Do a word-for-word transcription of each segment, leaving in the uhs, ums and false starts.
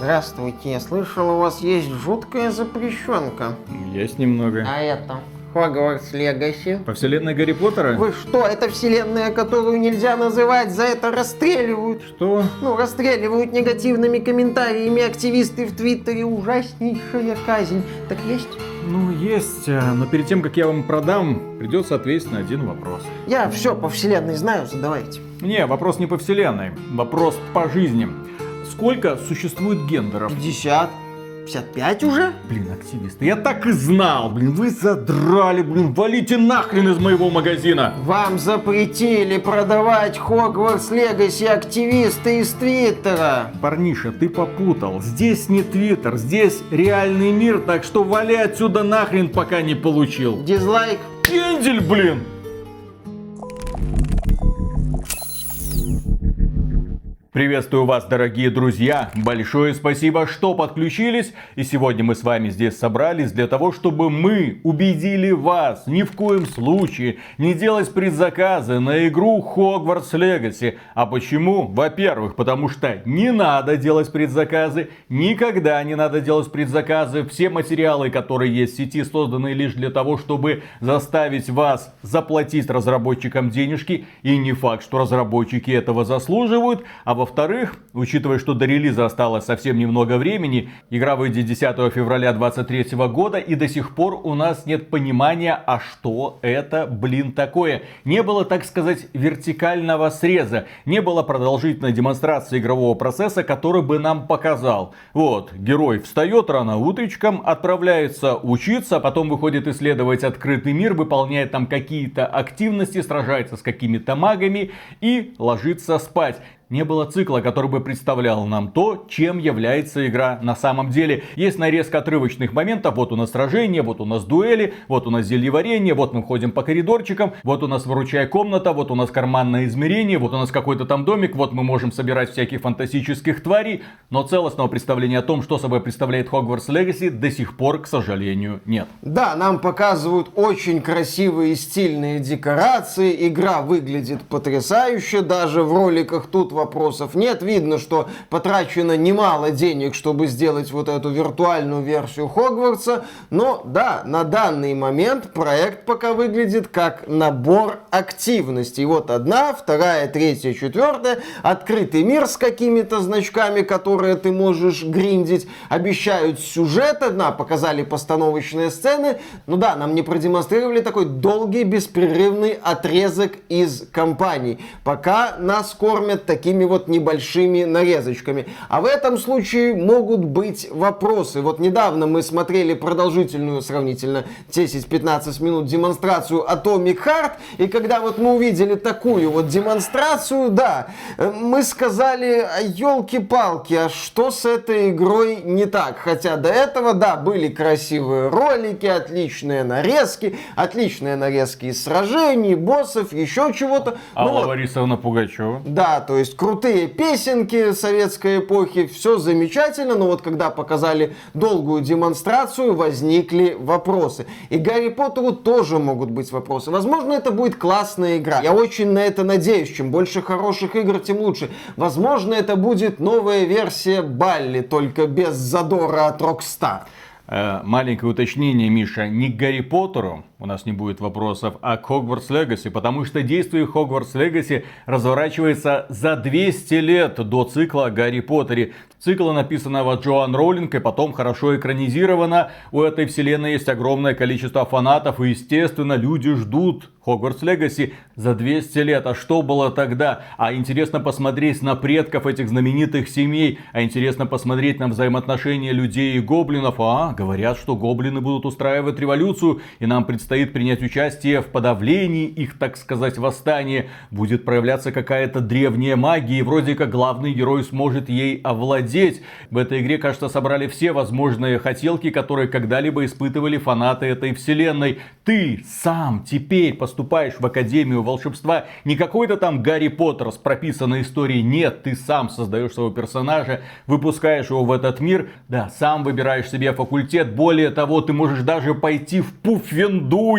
Здравствуйте, я слышал, у вас есть жуткая запрещенка. Есть немного. А это? Хогвартс Легаси. По вселенной Гарри Поттера? Вы что, это вселенная, которую нельзя называть, за это расстреливают? Что? Ну, расстреливают негативными комментариями активисты в Твиттере. Ужаснейшая казнь. Так есть? Ну, есть, но перед тем, как я вам продам, придется ответить на один вопрос. Я все по вселенной знаю, задавайте. Не, вопрос не по вселенной, вопрос по жизни. Сколько существует гендеров? пятьдесят. пятьдесят пять уже? Блин, активисты, я так и знал, блин, вы задрали, блин, валите нахрен из моего магазина. Вам запретили продавать Хогвартс Легаси активисты из Твиттера. Парниша, ты попутал, здесь не Твиттер, здесь реальный мир, так что вали отсюда нахрен, пока не получил. Дизлайк. Пендель, блин. Приветствую вас, дорогие друзья! Большое спасибо, что подключились. И сегодня мы с вами здесь собрались для того, чтобы мы убедили вас ни в коем случае не делать предзаказы на игру Hogwarts Legacy. А почему? Во-первых, потому что не надо делать предзаказы. Никогда не надо делать предзаказы. Все материалы, которые есть в сети, созданы лишь для того, чтобы заставить вас заплатить разработчикам денежки. И не факт, что разработчики этого заслуживают. А во-вторых, учитывая, что до релиза осталось совсем немного времени, игра выйдет десятого февраля две тысячи двадцать третьего года, и до сих пор у нас нет понимания, а что это, блин, такое. Не было, так сказать, вертикального среза, не было продолжительной демонстрации игрового процесса, который бы нам показал. Вот, герой встает рано утречком, отправляется учиться, потом выходит исследовать открытый мир, выполняет там какие-то активности, сражается с какими-то магами и ложится спать. Не было цикла, который бы представлял нам то, чем является игра на самом деле. Есть нарезка отрывочных моментов. Вот у нас сражение, вот у нас дуэли, вот у нас зельеварение, вот мы ходим по коридорчикам, вот у нас выручая комната, вот у нас карманное измерение, вот у нас какой-то там домик, вот мы можем собирать всяких фантастических тварей. Но целостного представления о том, что собой представляет Hogwarts Legacy, до сих пор, к сожалению, нет. Да, нам показывают очень красивые и стильные декорации. Игра выглядит потрясающе, даже в роликах тут вопросов нет. Видно, что потрачено немало денег, чтобы сделать вот эту виртуальную версию Хогвартса. Но да, на данный момент проект пока выглядит как набор активностей. Вот одна, вторая, третья, четвертая. Открытый мир с какими-то значками, которые ты можешь гриндить. Обещают сюжет. Одна, показали постановочные сцены. Ну да, нам не продемонстрировали такой долгий, беспрерывный отрезок из кампаний. Пока нас кормят такими вот небольшими нарезочками. А в этом случае могут быть вопросы. Вот недавно мы смотрели продолжительную, сравнительно десять-пятнадцать минут демонстрацию Atomic Heart, и когда вот мы увидели такую вот демонстрацию, да, мы сказали, елки-палки, а что с этой игрой не так? Хотя до этого, да, были красивые ролики, отличные нарезки, отличные нарезки из сражений, боссов, еще чего-то. Алла ну, Борисовна Пугачева. Да, то есть крутые песенки советской эпохи, все замечательно, но вот когда показали долгую демонстрацию, возникли вопросы. И Гарри Поттеру тоже могут быть вопросы. Возможно, это будет классная игра. Я очень на это надеюсь. Чем больше хороших игр, тем лучше. Возможно, это будет новая версия Балли, только без задора от Rockstar. Э, маленькое уточнение, Миша, не к Гарри Поттеру, у нас не будет вопросов, а к Hogwarts Legacy, потому что действие Hogwarts Legacy разворачивается за двести лет до цикла о Гарри Поттере. Цикл написанного Джоан Роулинг и потом хорошо экранизировано. У этой вселенной есть огромное количество фанатов, и естественно люди ждут Hogwarts Legacy за двести лет. А что было тогда? А интересно посмотреть на предков этих знаменитых семей. А интересно посмотреть на взаимоотношения людей и гоблинов. А, говорят, что гоблины будут устраивать революцию, и нам предстоит принять участие в подавлении их, так сказать, восстания. Будет проявляться какая-то древняя магия, и вроде как главный герой сможет ей овладеть. В этой игре, кажется, собрали все возможные хотелки, которые когда-либо испытывали фанаты этой вселенной. Ты сам теперь поступаешь в Академию волшебства. Не какой-то там Гарри Поттер с прописанной историей. Нет, ты сам создаешь своего персонажа, выпускаешь его в этот мир. Да, сам выбираешь себе факультет. Более того, ты можешь даже пойти в Пуффендуй.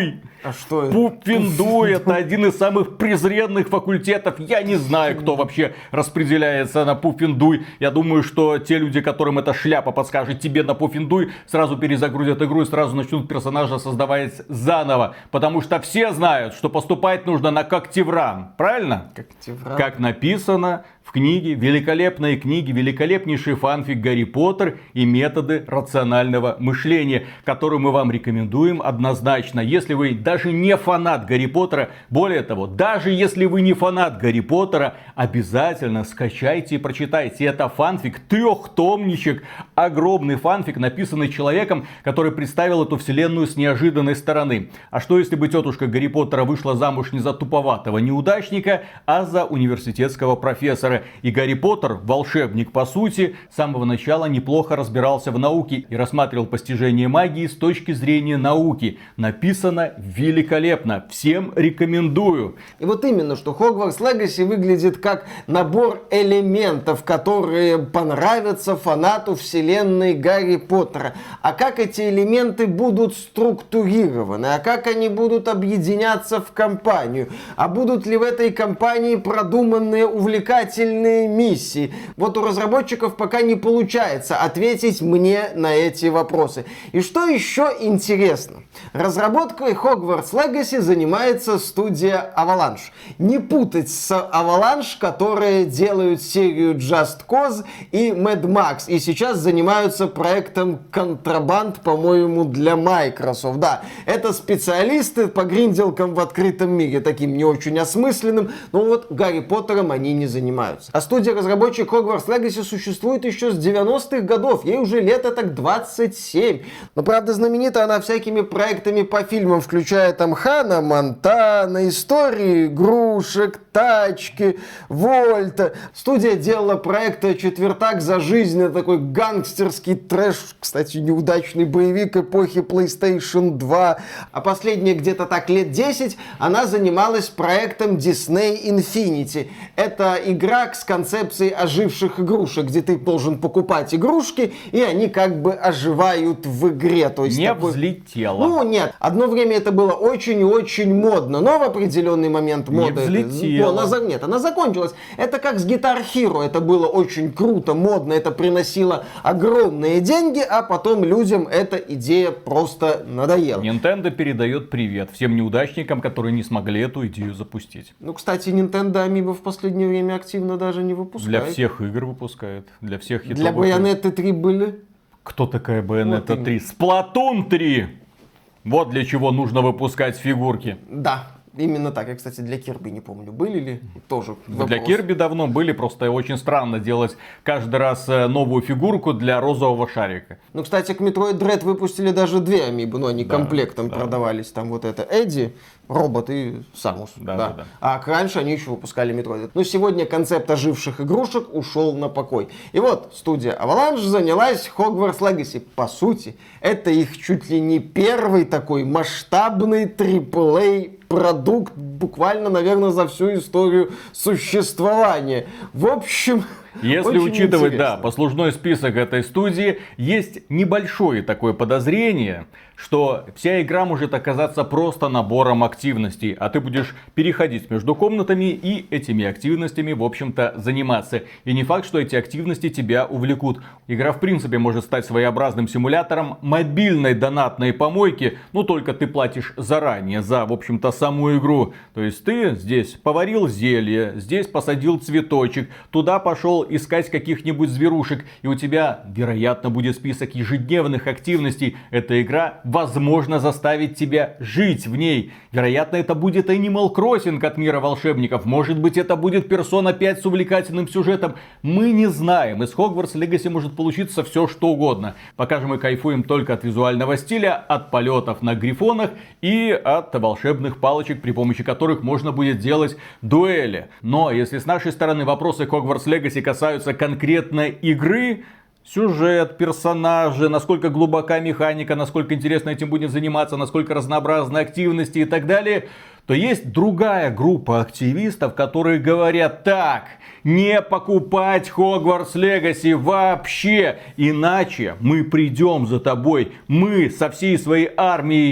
А что это? Пуффендуй — это один из самых презренных факультетов. Я не знаю, кто вообще распределяется на Пуффендуй. Я думаю, что те люди, которым эта шляпа подскажет тебе на Пуффендуй, сразу перезагрузят игру и сразу начнут персонажа создавать заново. Потому что все знают, что поступать нужно на Когтевран. Правильно? Когтевран. Как написано в книге, великолепной книге, великолепнейший фанфик Гарри Поттер и методы рационального мышления, который мы вам рекомендуем однозначно. Если вы даже не фанат Гарри Поттера, более того, даже если вы не фанат Гарри Поттера, обязательно скачайте и прочитайте. Это фанфик, трехтомничек, огромный фанфик, написанный человеком, который представил эту вселенную с неожиданной стороны. А что если бы тетушка Гарри Поттера вышла замуж не за туповатого неудачника, а за университетского профессора? И Гарри Поттер, волшебник по сути, с самого начала неплохо разбирался в науке и рассматривал постижение магии с точки зрения науки. Написано великолепно. Всем рекомендую. И вот именно, что Hogwarts Legacy выглядит как набор элементов, которые понравятся фанату вселенной Гарри Поттера. А как эти элементы будут структурированы? А как они будут объединяться в компанию? А будут ли в этой компании продуманные увлекательные миссии? Вот у разработчиков пока не получается ответить мне на эти вопросы. И что еще интересно? Разработкой Hogwarts Legacy занимается студия Avalanche. Не путать с Avalanche, которые делают серию Just Cause и Mad Max. И сейчас занимаются проектом Контрабанд, по-моему, для Microsoft. Да, это специалисты по гринделкам в открытом мире, таким не очень осмысленным. Но вот Гарри Поттером они не занимаются. А студия-разработчик Hogwarts Legacy существует еще с девяностых годов. Ей уже лет так двадцать семь. Но, правда, знаменита она всякими проектами по фильмам, включая там Ханна Монтана, истории игрушек, тачки, Вольта. Студия делала проект «Четвертак за жизнь». Это такой гангстерский трэш, кстати, неудачный боевик эпохи PlayStation два. А последние где-то так лет десять она занималась проектом Disney Infinity. Это игра с концепцией оживших игрушек, где ты должен покупать игрушки, и они как бы оживают в игре. То есть не такой... взлетело. Ну нет, одно время это было очень и очень модно, но в определенный момент мода... Не взлетело. Это... Она... Нет, она закончилась. Это как с Guitar Hero, это было очень круто, модно, это приносило огромные деньги, а потом людям эта идея просто надоела. Nintendo передает привет всем неудачникам, которые не смогли эту идею запустить. Ну, кстати, Nintendo Amiibo в последнее время активно даже не выпускает. Для всех игр выпускает, для всех хитовых. Для Bayonetta три были. Кто такая Bayonetta три? Splatoon три! Вот для чего нужно выпускать фигурки. Да. Именно так. Я, кстати, для Кирби не помню, были ли тоже вопрос. Для Кирби давно были, просто очень странно делать каждый раз новую фигурку для розового шарика. Ну, кстати, к Metroid Dread выпустили даже две амибо, но они да, комплектом да. продавались. Там вот это Эдди, робот и Самус. Да, да. Да, да. А раньше они еще выпускали Metroid. Но сегодня концепт оживших игрушек ушел на покой. И вот студия Avalanche занялась Hogwarts Legacy. По сути, это их чуть ли не первый такой масштабный трипл эй продукт буквально, наверное, за всю историю существования. В общем... Если учитывать, да, послужной список этой студии, есть небольшое такое подозрение, что вся игра может оказаться просто набором активностей, а ты будешь переходить между комнатами и этими активностями, в общем-то, заниматься. И не факт, что эти активности тебя увлекут. Игра, в принципе, может стать своеобразным симулятором мобильной донатной помойки, но только ты платишь заранее за, в общем-то, саму игру. То есть ты здесь поварил зелье, здесь посадил цветочек, туда пошел искать каких-нибудь зверушек, и у тебя, вероятно, будет список ежедневных активностей. Эта игра, возможно, заставит тебя жить в ней. Вероятно, это будет Animal Crossing от мира волшебников. Может быть, это будет Persona пять с увлекательным сюжетом. Мы не знаем. Из Hogwarts Legacy может получиться все, что угодно. Пока же мы кайфуем только от визуального стиля, от полетов на грифонах и от волшебных палочек, при помощи которых можно будет делать дуэли. Но если с нашей стороны вопросы Hogwarts Legacy касаются конкретно игры, сюжет, персонажи, насколько глубока механика, насколько интересно этим будет заниматься, насколько разнообразны активности и так далее, то есть другая группа активистов, которые говорят: так, не покупать Hogwarts Legacy вообще, иначе мы придем за тобой, мы со всей своей армией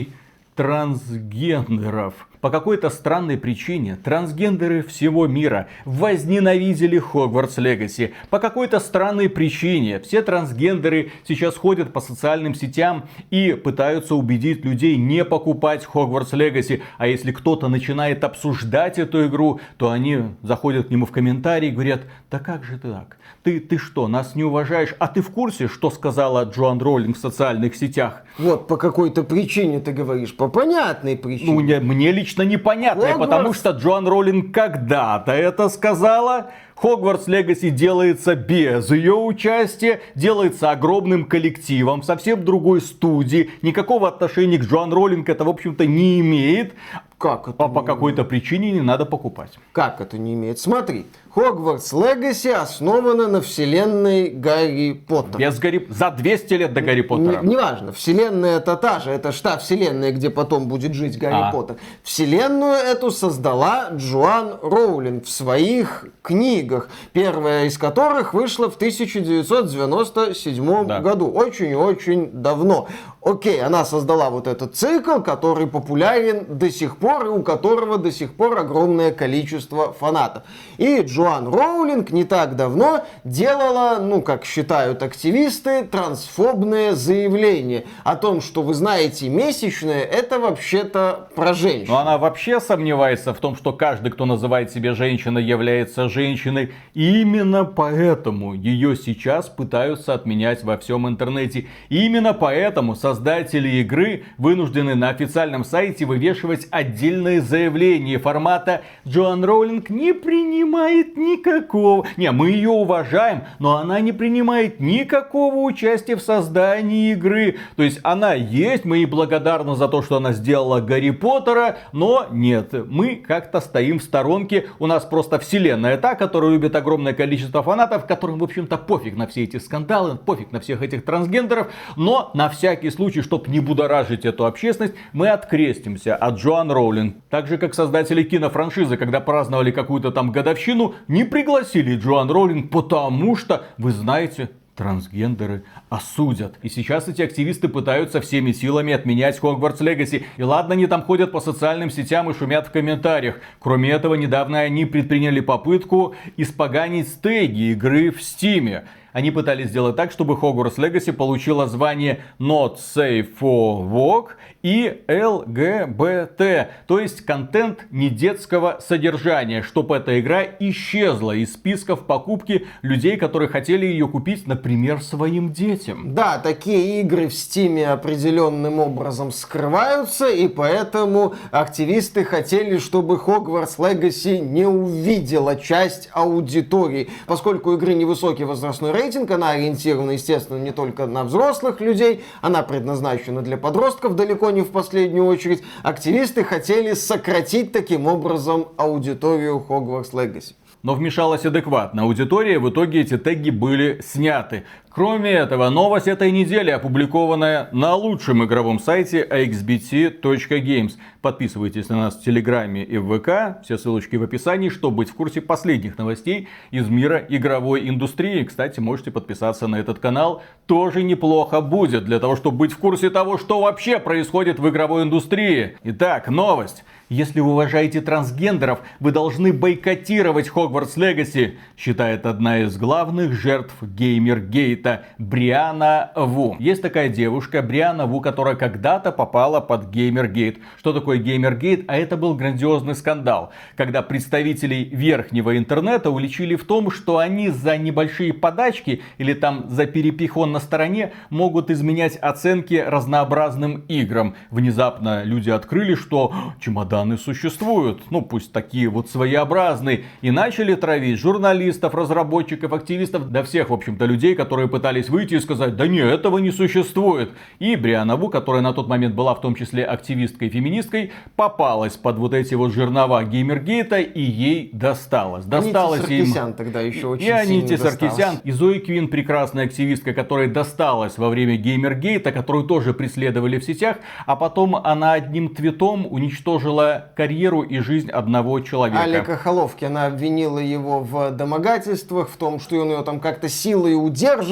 трансгендеров. По какой-то странной причине трансгендеры всего мира возненавидели Хогвартс Легаси. По какой-то странной причине все трансгендеры сейчас ходят по социальным сетям и пытаются убедить людей не покупать Хогвартс Легаси. А если кто-то начинает обсуждать эту игру, то они заходят к нему в комментарии и говорят: да как же так? Ты, ты что, нас не уважаешь? А ты в курсе, что сказала Джоан Роулинг в социальных сетях? Вот по какой-то причине ты говоришь, по понятной причине. Ну, мне, мне лично непонятно, Хогвартс... потому что Джоан Роулинг когда-то это сказала. Хогвартс Легаси делается без ее участия, делается огромным коллективом, совсем другой студии. Никакого отношения к Джоан Роулинг это, в общем-то, не имеет. Как это? А по какой-то причине не надо покупать. Как это не имеет? Смотри, Хогвартс Легаси основана на вселенной Гарри Поттера. Без Гарри... За двести лет до Гарри Поттера. Не- Неважно, вселенная это та же, это ж та вселенная, где потом будет жить Гарри А. Поттер. Вселенную эту создала Джоан Роулинг в своих книгах, первая из которых вышла в тысяча девятьсот девяносто седьмом Да. году, очень и очень давно. Окей, она создала вот этот цикл, который популярен до сих пор и у которого до сих пор огромное количество фанатов. И Джоан Роулинг не так давно делала, ну, как считают активисты, трансфобные заявления о том, что, вы знаете, месячные это вообще-то про женщин. Но она вообще сомневается в том, что каждый, кто называет себя женщиной, является женщиной. И именно поэтому ее сейчас пытаются отменять во всем интернете. И именно поэтому создатели игры вынуждены на официальном сайте вывешивать отдельные заявления формата «Джоан Роулинг не принимает никакого...» Не, мы ее уважаем, но она не принимает никакого участия в создании игры. То есть она есть, мы ей благодарны за то, что она сделала Гарри Поттера, но нет, мы как-то стоим в сторонке. У нас просто вселенная та, которая любит огромное количество фанатов, которым, в общем-то, пофиг на все эти скандалы, пофиг на всех этих трансгендеров, но на всякий случай, чтобы не будоражить эту общественность, мы открестимся от Джоан Роулинг. Так же, как создатели кинофраншизы, когда праздновали какую-то там годовщину, не пригласили Джоан Роулинг, потому что, вы знаете, трансгендеры осудят. И сейчас эти активисты пытаются всеми силами отменять Хогвартс Легаси. И ладно, они там ходят по социальным сетям и шумят в комментариях. Кроме этого, недавно они предприняли попытку испоганить стеги игры в Стиме. Они пытались сделать так, чтобы Хогвартс Легаси получила звание Not Safe for Work и эл гэ бэ тэ, то есть контент недетского содержания, чтобы эта игра исчезла из списков покупки людей, которые хотели ее купить, например, своим детям. Да, такие игры в Стиме определенным образом скрываются, и поэтому активисты хотели, чтобы Хогвартс Легаси не увидела часть аудитории. Поскольку у игры невысокий возрастной рейтинг, она ориентирована, естественно, не только на взрослых людей, она предназначена для подростков далеко не в последнюю очередь. Активисты хотели сократить таким образом аудиторию Хогвартс Легаси. Но вмешалась адекватная аудитория, в итоге эти теги были сняты. Кроме этого, новость этой недели, опубликованная на лучшем игровом сайте икс би ти точка геймс. Подписывайтесь на нас в Телеграме и в вэ ка, все ссылочки в описании, чтобы быть в курсе последних новостей из мира игровой индустрии. Кстати, можете подписаться на этот канал, тоже неплохо будет, для того, чтобы быть в курсе того, что вообще происходит в игровой индустрии. Итак, новость. Если вы уважаете трансгендеров, вы должны бойкотировать Хогвартс Легаси, считает одна из главных жертв геймергейта Брианна Ву. Есть такая девушка, Брианна Ву, которая когда-то попала под геймергейт. Что такое геймергейт? А это был грандиозный скандал, когда представителей верхнего интернета уличили в том, что они за небольшие подачки или там за перепихон на стороне могут изменять оценки разнообразным играм. Внезапно люди открыли, что чемодан существуют, ну пусть такие вот своеобразные, и начали травить журналистов, разработчиков, активистов, да всех, в общем-то, людей, которые пытались выйти и сказать: да нет, этого не существует. И Брианна Ву, которая на тот момент была в том числе активисткой и феминисткой, попалась под вот эти вот жернова геймергейта, и ей досталось. Досталось Аните Саркисян им... тогда еще очень и Аните сильно Саркисян, досталось. и Зои Квин, прекрасная активистка, которая досталась во время геймергейта, которую тоже преследовали в сетях, а потом она одним твитом уничтожила карьеру и жизнь одного человека. Алика Холовкина обвинила его в домогательствах, в том, что он ее там как-то силой удерживал.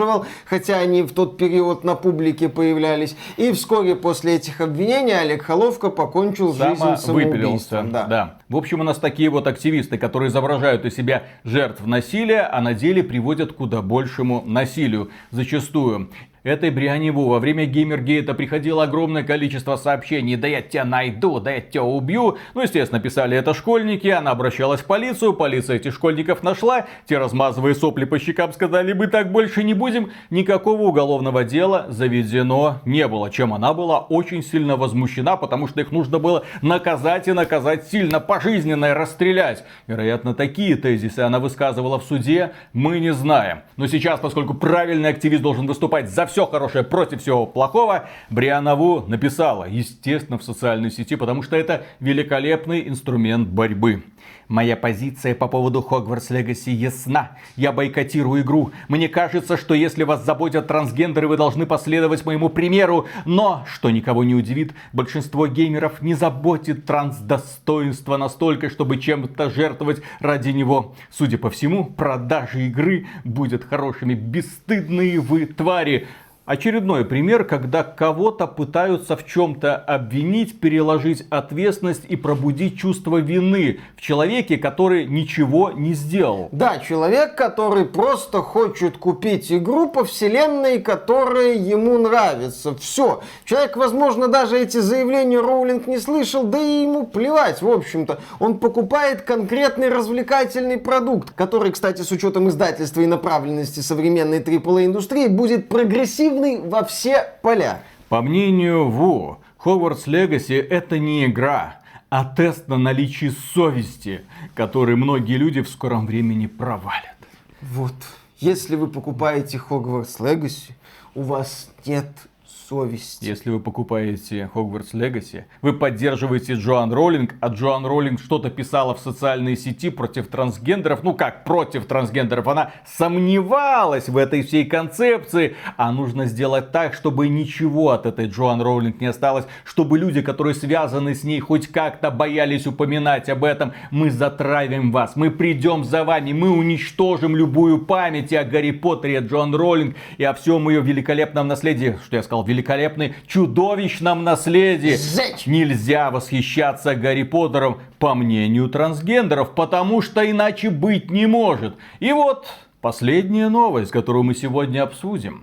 поддерживал, хотя они в тот период на публике появлялись. И вскоре после этих обвинений Олег Холовко покончил жизнь самоубийством. Да. Да. В общем, у нас такие вот активисты, которые изображают из себя жертв насилия, а на деле приводят к куда большему насилию. Зачастую. Этой Брианеву во время Геймергейта приходило огромное количество сообщений: да я тебя найду, да я тебя убью. Ну, естественно, писали это школьники, она обращалась в полицию, полиция этих школьников нашла, те, размазывая сопли по щекам, сказали: мы так больше не будем. Никакого уголовного дела заведено не было, чем она была очень сильно возмущена, потому что их нужно было наказать и наказать сильно, пожизненно и расстрелять. Вероятно, такие тезисы она высказывала в суде, мы не знаем. Но сейчас, поскольку правильный активист должен выступать за все хорошее против всего плохого, Брианову написала, естественно, в социальной сети, потому что это великолепный инструмент борьбы. Моя позиция по поводу Hogwarts Legacy ясна. Я бойкотирую игру. Мне кажется, что если вас заботят трансгендеры, вы должны последовать моему примеру. Но, что никого не удивит, большинство геймеров не заботит трансдостоинство настолько, чтобы чем-то жертвовать ради него. Судя по всему, продажи игры будут хорошими. Бесстыдные вы твари. Очередной пример, когда кого-то пытаются в чем-то обвинить, переложить ответственность и пробудить чувство вины в человеке, который ничего не сделал. Да, человек, который просто хочет купить игру по вселенной, которая ему нравится. Все. Человек, возможно, даже эти заявления Роулинг не слышал, да и ему плевать, в общем-то. Он покупает конкретный развлекательный продукт, который, кстати, с учетом издательства и направленности современной трипл эй-индустрии, будет прогрессивным во все поля. По мнению Ву, Hogwarts Legacy это не игра, а тест на наличие совести, который многие люди в скором времени провалят. Вот, если вы покупаете Hogwarts Legacy, у вас нет совести. Если вы покупаете Hogwarts Legacy, вы поддерживаете Джоан Роулинг, а Джоан Роулинг что-то писала в социальной сети против трансгендеров. Ну как против трансгендеров? Она сомневалась в этой всей концепции. А нужно сделать так, чтобы ничего от этой Джоан Роулинг не осталось. Чтобы люди, которые связаны с ней, хоть как-то боялись упоминать об этом. Мы затравим вас, мы придем за вами, мы уничтожим любую память и о Гарри Поттере, о Джоан Роулинг и о всем ее великолепном наследии. Что я сказал? Великолепной, чудовищном наследии. Зечь! Нельзя восхищаться Гарри Поттером, по мнению трансгендеров, потому что иначе быть не может. И вот последняя новость, которую мы сегодня обсудим.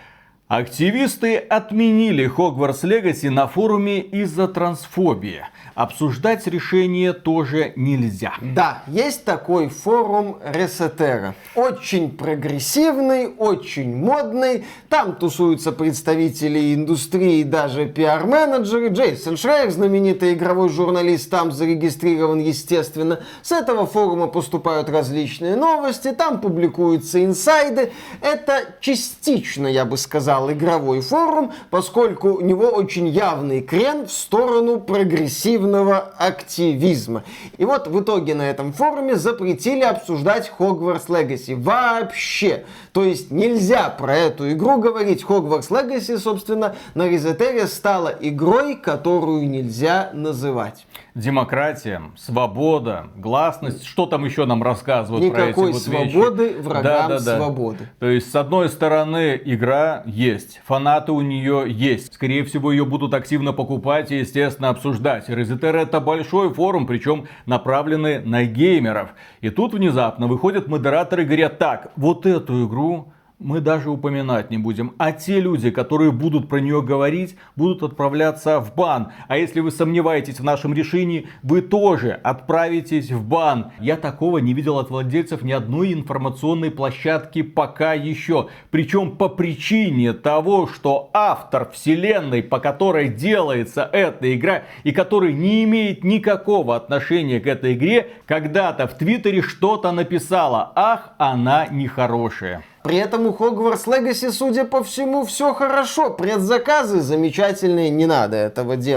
Активисты отменили Hogwarts Legacy на форуме из-за трансфобии. Обсуждать решение тоже нельзя. Да, есть такой форум Ресетера. Очень прогрессивный, очень модный. Там тусуются представители индустрии, даже пиар-менеджеры. Джейсон Шрайер, знаменитый игровой журналист, там зарегистрирован, естественно. С этого форума поступают различные новости, там публикуются инсайды. Это частично, я бы сказал, игровой форум, поскольку у него очень явный крен в сторону прогрессивного активизма. И вот в итоге на этом форуме запретили обсуждать Hogwarts Legacy вообще. То есть нельзя про эту игру говорить. Hogwarts Legacy, собственно, на Резетере стала игрой, которую нельзя называть. Демократия, свобода, гласность, что там еще нам рассказывают Никакой про эти вот свободы вещи? врагам да, да, да. свободы. То есть, с одной стороны, игра есть, фанаты у нее есть. Скорее всего, ее будут активно покупать и, естественно, обсуждать. Резетер — это большой форум, причем направленный на геймеров. И тут внезапно выходят модераторы и говорят: так, вот эту игру мы даже упоминать не будем. А те люди, которые будут про нее говорить, будут отправляться в бан. А если вы сомневаетесь в нашем решении, вы тоже отправитесь в бан. Я такого не видел от владельцев ни одной информационной площадки пока еще. Причем по причине того, что автор вселенной, по которой делается эта игра, и который не имеет никакого отношения к этой игре, когда-то в Твиттере что-то написала. Ах, она нехорошая. При этом у Hogwarts Legacy, судя по всему, все хорошо. Предзаказы замечательные, не надо этого делать.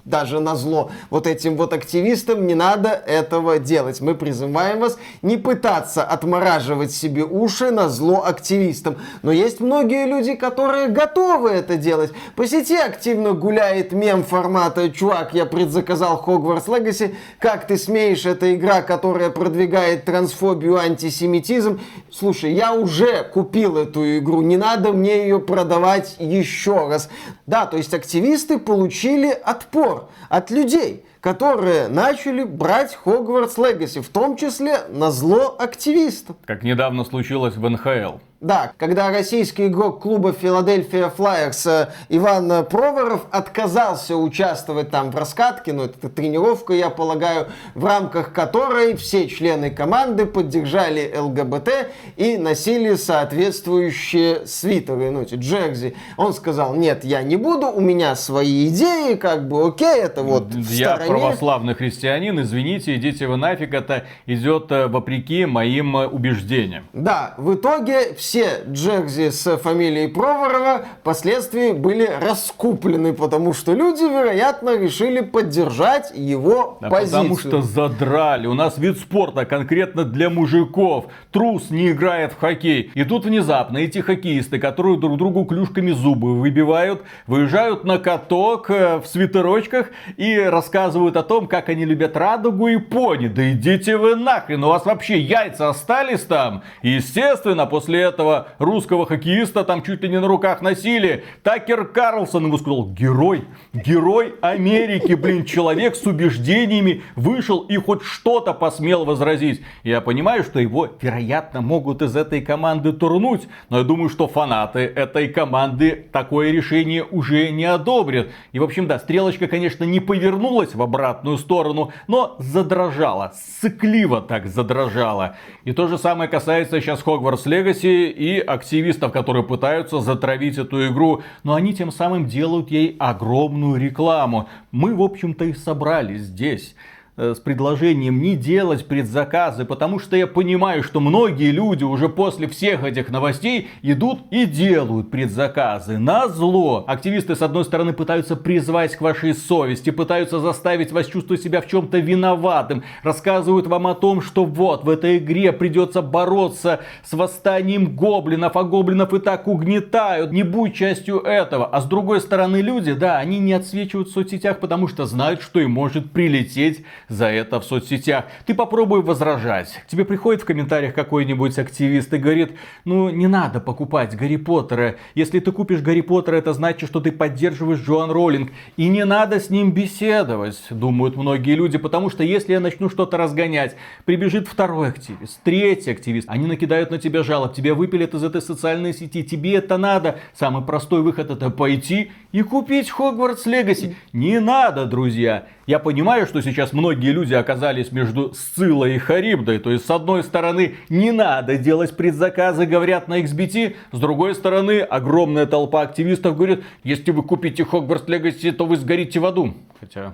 даже назло вот этим вот активистам, не надо этого делать. Мы призываем вас не пытаться отмораживать себе уши назло активистам. Но есть многие люди, которые готовы это делать. По сети активно гуляет мем формата «Чувак, я предзаказал Hogwarts Legacy, как ты смеешь, это игра, которая продвигает трансфобию, антисемитизм». Слушай, я уже купил эту игру, не надо мне ее продавать еще раз. Да, то есть активисты получили отпор от людей, которые начали брать Hogwarts Legacy, в том числе назло активистам. Как недавно случилось в эн ха эл. Да, когда российский игрок клуба Philadelphia Flyers Иван Проворов отказался участвовать там в раскатке, ну это тренировка, я полагаю, в рамках которой все члены команды поддержали эл гэ бэ тэ и носили соответствующие свитеры, ну эти джерси. Он сказал: нет, я не буду, у меня свои идеи, как бы окей, это вот в Я стороне. православный христианин, извините, идите вы нафиг, это идет вопреки моим убеждениям. Да, в итоге все джерси с фамилией Проворова впоследствии были раскуплены, потому что люди, вероятно, решили поддержать его да позицию. Потому что задрали. У нас вид спорта конкретно для мужиков. Трус не играет в хоккей. И тут внезапно эти хоккеисты, которые друг другу клюшками зубы выбивают, выезжают на каток в свитерочках и рассказывают о том, как они любят радугу и пони. Да идите вы нахрен, у вас вообще яйца остались там? И естественно, после этого русского хоккеиста там чуть ли не на руках носили. Такер Карлсон ему сказал: герой, герой Америки, блин, человек с убеждениями вышел и хоть что-то посмел возразить. Я понимаю, что его, вероятно, могут из этой команды турнуть, но я думаю, что фанаты этой команды такое решение уже не одобрят. И, в общем, да, стрелочка, конечно, не повернулась в обратную сторону, но задрожала, сыкливо так задрожала. И то же самое касается сейчас Hogwarts Legacy и активистов, которые пытаются затравить эту игру, но они тем самым делают ей огромную рекламу. Мы, в общем-то, и собрались здесь с предложением не делать предзаказы, потому что я понимаю, что многие люди уже после всех этих новостей идут и делают предзаказы. Назло. Активисты, с одной стороны, пытаются призвать к вашей совести, пытаются заставить вас чувствовать себя в чем-то виноватым, рассказывают вам о том, что вот, в этой игре придется бороться с восстанием гоблинов, а гоблинов и так угнетают, не будь частью этого. А с другой стороны, люди, да, они не отсвечивают в соцсетях, потому что знают, что им может прилететь за это в соцсетях. Ты попробуй возражать. К тебе приходит в комментариях какой-нибудь активист и говорит: ну не надо покупать Гарри Поттера. Если ты купишь Гарри Поттера, это значит, что ты поддерживаешь Джоан Роулинг. И не надо с ним беседовать, думают многие люди, потому что если я начну что-то разгонять, прибежит второй активист, третий активист, они накидают на тебя жалоб, тебя выпилят из этой социальной сети, тебе это надо. Самый простой выход — это пойти и купить Hogwarts Legacy. Не надо, друзья. Я понимаю, что сейчас многие люди оказались между Сциллой и Харибдой. То есть, с одной стороны, не надо делать предзаказы, говорят на икс би ти. С другой стороны, огромная толпа активистов говорит: если вы купите Hogwarts Legacy, то вы сгорите в аду. Хотя,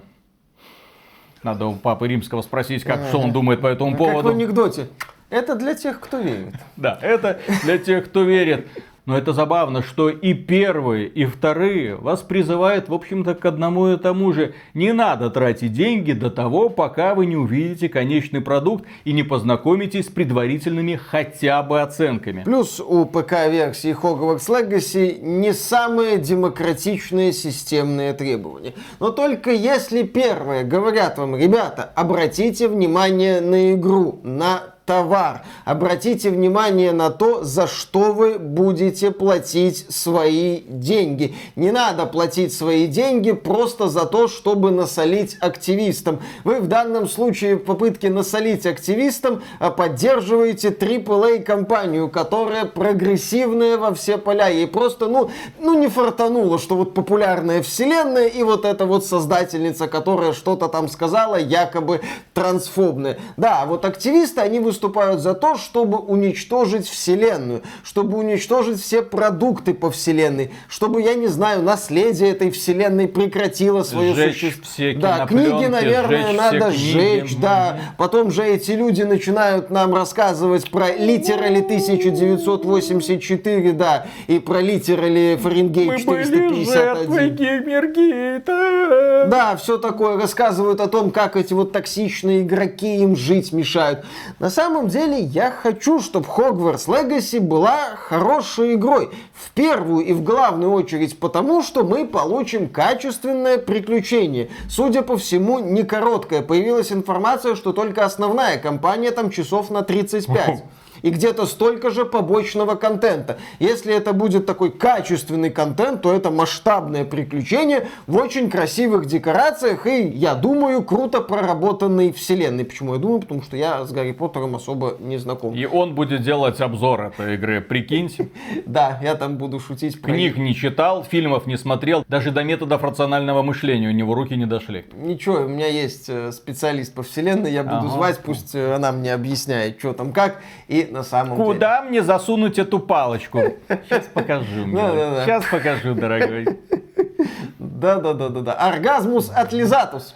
надо у Папы Римского спросить, как, что он думает по этому поводу. Как в анекдоте. Это для тех, кто верит. Да, это для тех, кто верит. Но это забавно, что и первые, и вторые вас призывают, в общем-то, к одному и тому же. Не надо тратить деньги до того, пока вы не увидите конечный продукт и не познакомитесь с предварительными хотя бы оценками. Плюс у пэ ка-версии Hogwarts Legacy не самые демократичные системные требования. Но только если первые говорят вам: ребята, обратите внимание на игру, на товар. Обратите внимание на то, за что вы будете платить свои деньги. Не надо платить свои деньги просто за то, чтобы насолить активистам. Вы в данном случае в попытке насолить активистам поддерживаете трипл эй компанию, которая прогрессивная во все поля. Ей просто, ну, ну не фартануло, что вот популярная вселенная и вот эта вот создательница, которая что-то там сказала, якобы трансфобная. Да, вот активисты, они выступают выступают за то, чтобы уничтожить вселенную, чтобы уничтожить все продукты по вселенной, чтобы, я не знаю, наследие этой вселенной прекратило свое существование. Да, книги, наверное, надо сжечь, да. Потом же эти люди начинают нам рассказывать про литерали тысяча девятьсот восемьдесят четыре, да, и про литерали Фаренгейт четыреста пятьдесят один. Геймергейта. Да, все такое, рассказывают о том, как эти вот токсичные игроки им жить мешают. На самом деле, я хочу, чтобы Hogwarts Legacy была хорошей игрой. В первую и в главную очередь потому, что мы получим качественное приключение. Судя по всему, не короткое. Появилась информация, что только основная кампания там часов на тридцать пять. И где-то столько же побочного контента. Если это будет такой качественный контент, то это масштабное приключение в очень красивых декорациях и, я думаю, круто проработанной вселенной. Почему я думаю? Потому что я с Гарри Поттером особо не знаком. И он будет делать обзор этой игры, прикиньте. Да, я там буду шутить. Книг не читал, фильмов не смотрел, даже до методов рационального мышления у него руки не дошли. Ничего, у меня есть специалист по вселенной, я буду звать, пусть она мне объясняет, что там как. И на самом Куда деле. мне засунуть эту палочку? Сейчас покажу, милый. Сейчас покажу, дорогой. Да-да-да-да-да. Оргазмус атлизатус.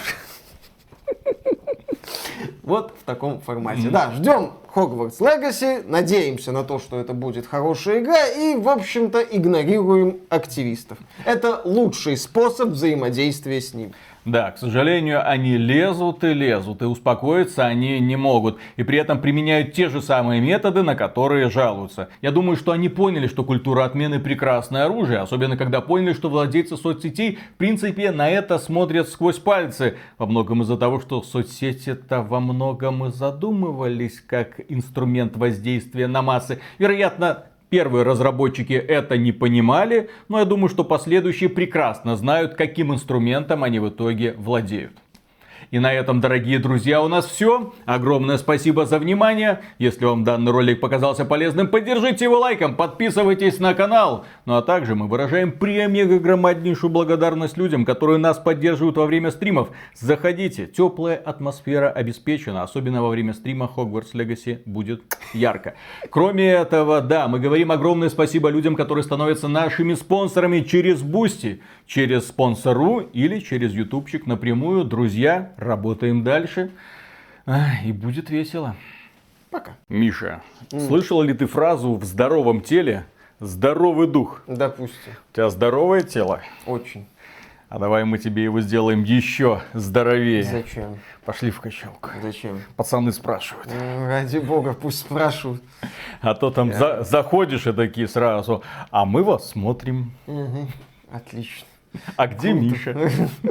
Вот в таком формате. Да, ждем Hogwarts Legacy, надеемся на то, что это будет хорошая игра, и, в общем-то, игнорируем активистов. Это лучший способ взаимодействия с ним. Да, к сожалению, они лезут и лезут, и успокоиться они не могут. И при этом применяют те же самые методы, на которые жалуются. Я думаю, что они поняли, что культура отмены прекрасное оружие. Особенно, когда поняли, что владельцы соцсетей, в принципе, на это смотрят сквозь пальцы. Во многом из-за того, что соцсети-то во многом и задумывались как инструмент воздействия на массы. Вероятно, первые разработчики это не понимали, но я думаю, что последующие прекрасно знают, каким инструментом они в итоге владеют. И на этом, дорогие друзья, у нас все. Огромное спасибо за внимание. Если вам данный ролик показался полезным, поддержите его лайком, подписывайтесь на канал. Ну а также мы выражаем премега громаднейшую благодарность людям, которые нас поддерживают во время стримов. Заходите, теплая атмосфера обеспечена. Особенно во время стрима Hogwarts Legacy будет ярко. Кроме этого, да, мы говорим огромное спасибо людям, которые становятся нашими спонсорами через Boosty, через Спонсор.ру или через ютубчик напрямую. Друзья, работаем дальше. И будет весело. Пока. Миша, mm. слышала ли ты фразу «в здоровом теле здоровый дух»? Допустим. У тебя здоровое тело? Очень. А давай мы тебе его сделаем еще здоровее. Зачем? Пошли в качалку. Зачем? Пацаны спрашивают. Ну, ради бога, пусть спрашивают. А то там Я... за, заходишь и такие сразу, а мы вас смотрим. Угу. Отлично. А где Круто. Миша?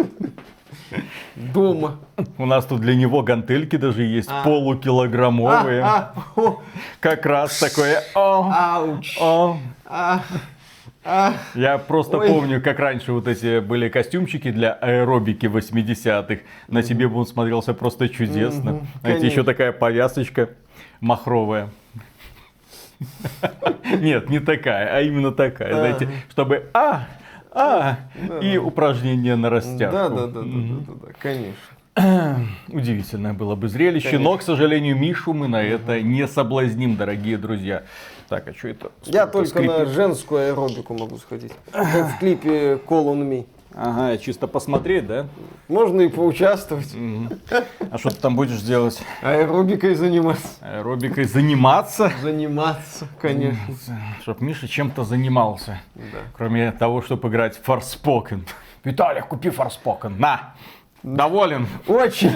Дома. У нас тут для него гантельки даже есть, а. полукилограммовые. А, а, как раз такое. О, Ауч. О. А. А. Я просто Ой. помню, как раньше вот эти были костюмчики для аэробики восьмидесятых. На тебе бы он смотрелся просто чудесно. Mm-hmm. Знаете, еще такая повязочка махровая. Нет, не такая, а именно такая. Знаете, чтобы... а А, да, и да. упражнения на растяжку. Да, да, да, mm-hmm. да, да, да, конечно. Удивительное было бы зрелище, конечно. Но, к сожалению, Мишу мы на mm-hmm. это не соблазним, дорогие друзья. Так, а что это? Я это только скрипит? На женскую аэробику могу сходить. Как в клипе Call on Me. Ага, чисто посмотреть, да? Можно и поучаствовать. Mm-hmm. А что ты там будешь делать? Аэробикой заниматься. Аэробикой заниматься? Заниматься, конечно. Чтоб Миша чем-то занимался. Да. Кроме того, чтобы играть в Forspoken. Виталий, купи Forspoken. На! Доволен? Очень.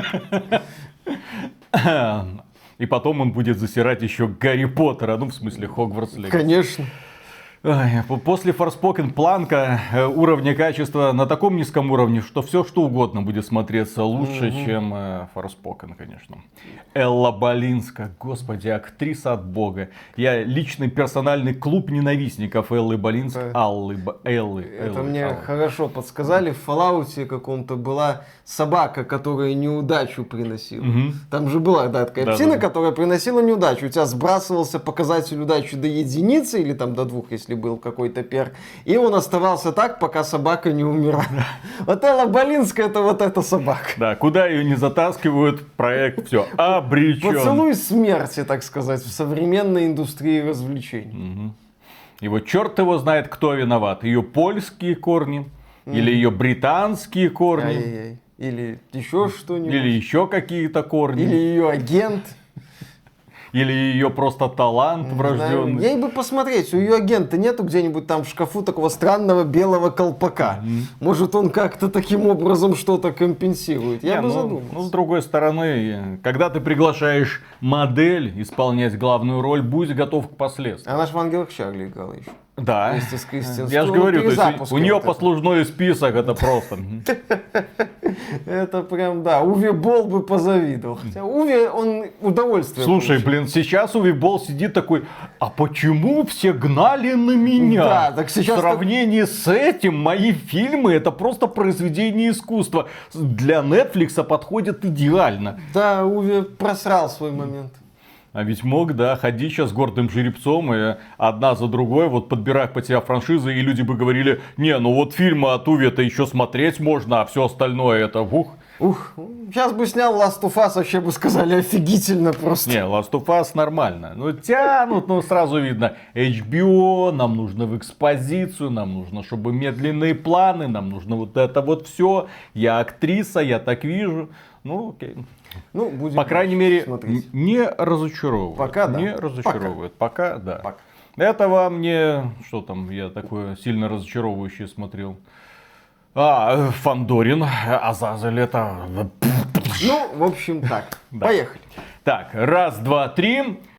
И потом он будет засирать еще Гарри Поттера. Ну, в смысле, Hogwarts Legacy. Конечно. После Forspoken планка уровня качества на таком низком уровне, что все что угодно будет смотреться лучше, угу. чем Forspoken, конечно. Элла Болинска, господи, актриса от бога. Я личный персональный клуб ненавистников Эллы Болинск. Да. Аллы, Эллы. Это Эллы, мне Аллы. Хорошо подсказали. В Fallout каком-то была собака, которая неудачу приносила. Угу. Там же была, да, такая да, псина, да. которая приносила неудачу. У тебя сбрасывался показатель удачи до единицы или там до двух, если если был какой-то перк. И он оставался так, пока собака не умирала. Вот Элла Болинская — это вот эта собака. Да, куда ее не затаскивают, проект все обречен. Поцелуй смерти, так сказать, в современной индустрии развлечений. И вот черт его знает, кто виноват. Ее польские корни или ее британские корни. Ай-яй-яй. Или еще что-нибудь. Или еще какие-то корни. Или ее агент. Или ее просто талант врожденный. Ей бы посмотреть, у ее агента нету где-нибудь там в шкафу такого странного белого колпака. Может, он как-то таким образом что-то компенсирует. Я Не, бы ну, задумался. ну, с другой стороны, когда ты приглашаешь модель исполнять главную роль, будь готов к последствиям. Она же в «Ангелах Чарли» играла еще. Да. Вместе с Кристин Я же Стюарт. говорю, то есть, Перезапуск у нее вот это. послужной список, это просто. Это прям, да, Уве Болл бы позавидовал. Хотя Уве, он удовольствие Слушай, получил. блин, сейчас Уви Болл сидит такой, а почему все гнали на меня? Да, так сейчас В сравнении с этим, мои фильмы это просто произведение искусства. Для Netflix подходят идеально. Да, Уве просрал свой момент. А ведь мог, да, ходить сейчас гордым жеребцом и одна за другой, вот подбирая под себя франшизы, и люди бы говорили, не, ну вот фильмы от Уви это еще смотреть можно, а все остальное это ух. Ух, сейчас бы снял Last of Us, вообще бы сказали офигительно просто. Не, Last of Us нормально. Ну, тянут, ну, сразу видно. эйч би о, нам нужно в экспозицию, нам нужно, чтобы медленные планы, нам нужно вот это вот все. Я актриса, я так вижу. Ну, окей. Ну, будем По крайней мере, смотреть. н- не разочаровывает. Пока да. Не разочаровывает. Пока, да. Пока. Этого мне, что там, я такое сильно разочаровывающее смотрел. А, Фандорин, Азазель, это... Ну, в общем, так. Да. Поехали. Так, раз, два, три.